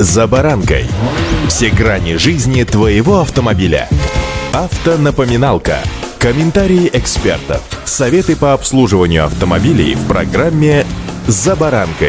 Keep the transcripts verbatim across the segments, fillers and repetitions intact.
«За баранкой». Все грани жизни твоего автомобиля. Автонапоминалка. Комментарии экспертов. Советы по обслуживанию автомобилей в программе «За баранкой».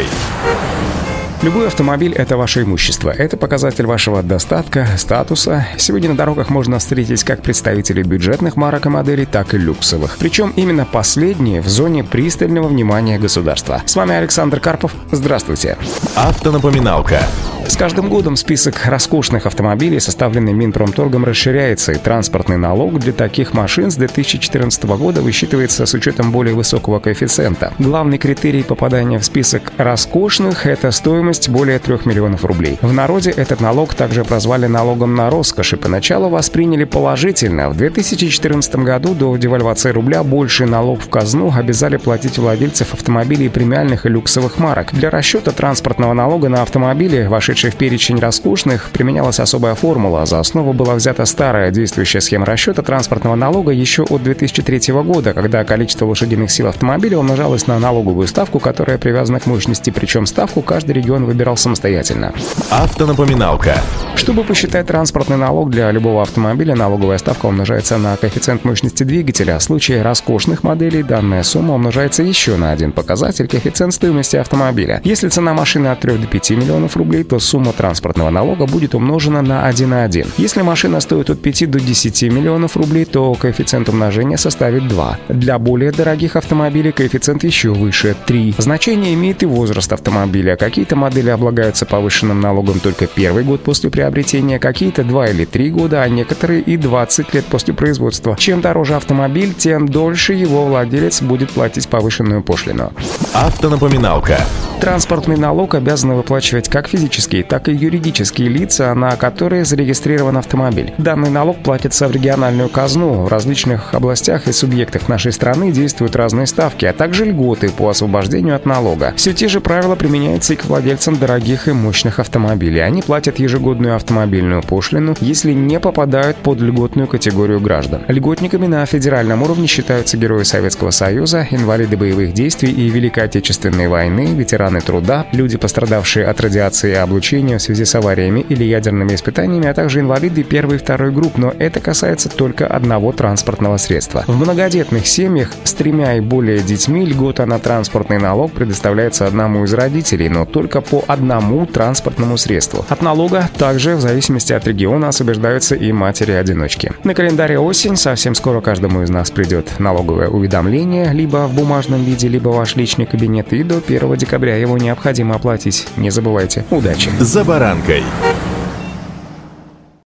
Любой автомобиль – это ваше имущество. Это показатель вашего достатка, статуса. Сегодня на дорогах можно встретить как представителей бюджетных марок и моделей, так и люксовых. Причем именно последние в зоне пристального внимания государства. С вами Александр Карпов. Здравствуйте. Автонапоминалка. С каждым годом список роскошных автомобилей, составленный Минпромторгом, расширяется, и транспортный налог для таких машин с две тысячи четырнадцатого года высчитывается с учетом более высокого коэффициента. Главный критерий попадания в список роскошных – это стоимость более трех миллионов рублей. В народе этот налог также прозвали налогом на роскошь и поначалу восприняли положительно. В две тысячи четырнадцатом году до девальвации рубля больший налог в казну обязали платить владельцев автомобилей премиальных и люксовых марок. Для расчета транспортного налога на автомобили, вошедшие в перечень роскошных, применялась особая формула. За основу была взята старая действующая схема расчета транспортного налога еще от две тысячи третьего года, когда количество лошадиных сил автомобиля умножалось на налоговую ставку, которая привязана к мощности, причем ставку каждый регион выбирал самостоятельно. Автонапоминалка. Чтобы посчитать транспортный налог для любого автомобиля, налоговая ставка умножается на коэффициент мощности двигателя. В случае роскошных моделей данная сумма умножается еще на один показатель – коэффициент стоимости автомобиля. Если цена машины от трёх до пяти миллионов рублей, то сумма транспортного налога будет умножена на один целых одна десятая. Если машина стоит от пяти до десяти миллионов рублей, то коэффициент умножения составит два. Для более дорогих автомобилей коэффициент еще выше – три. Значение имеет и возраст автомобиля. Какие-то модели облагаются повышенным налогом только первый год после приобретения, какие-то два или три года, а некоторые и двадцать лет после производства. Чем дороже автомобиль, тем дольше его владелец будет платить повышенную пошлину. Автонапоминалка. Транспортный налог обязаны выплачивать как физические, так и юридические лица, на которые зарегистрирован автомобиль. Данный налог платится в региональную казну. В различных областях и субъектах нашей страны действуют разные ставки, а также льготы по освобождению от налога. Все те же правила применяются и к владельцам дорогих и мощных автомобилей. Они платят ежегодную автомобильную пошлину, если не попадают под льготную категорию граждан. Льготниками на федеральном уровне считаются герои Советского Союза, инвалиды боевых действий и Великой Отечественной войны, ветераны труда, люди, пострадавшие от радиации и облучения в связи с авариями или ядерными испытаниями, а также инвалиды первой и второй групп, но это касается только одного транспортного средства. В многодетных семьях с тремя и более детьми льгота на транспортный налог предоставляется одному из родителей, но только по одному транспортному средству. От налога также, в зависимости от региона, освобождаются и матери-одиночки. На календаре осень, совсем скоро каждому из нас придет налоговое уведомление, либо в бумажном виде, либо в ваш личный кабинет, и до первого декабря его необходимо оплатить. Не забывайте. Удачи! «За баранкой».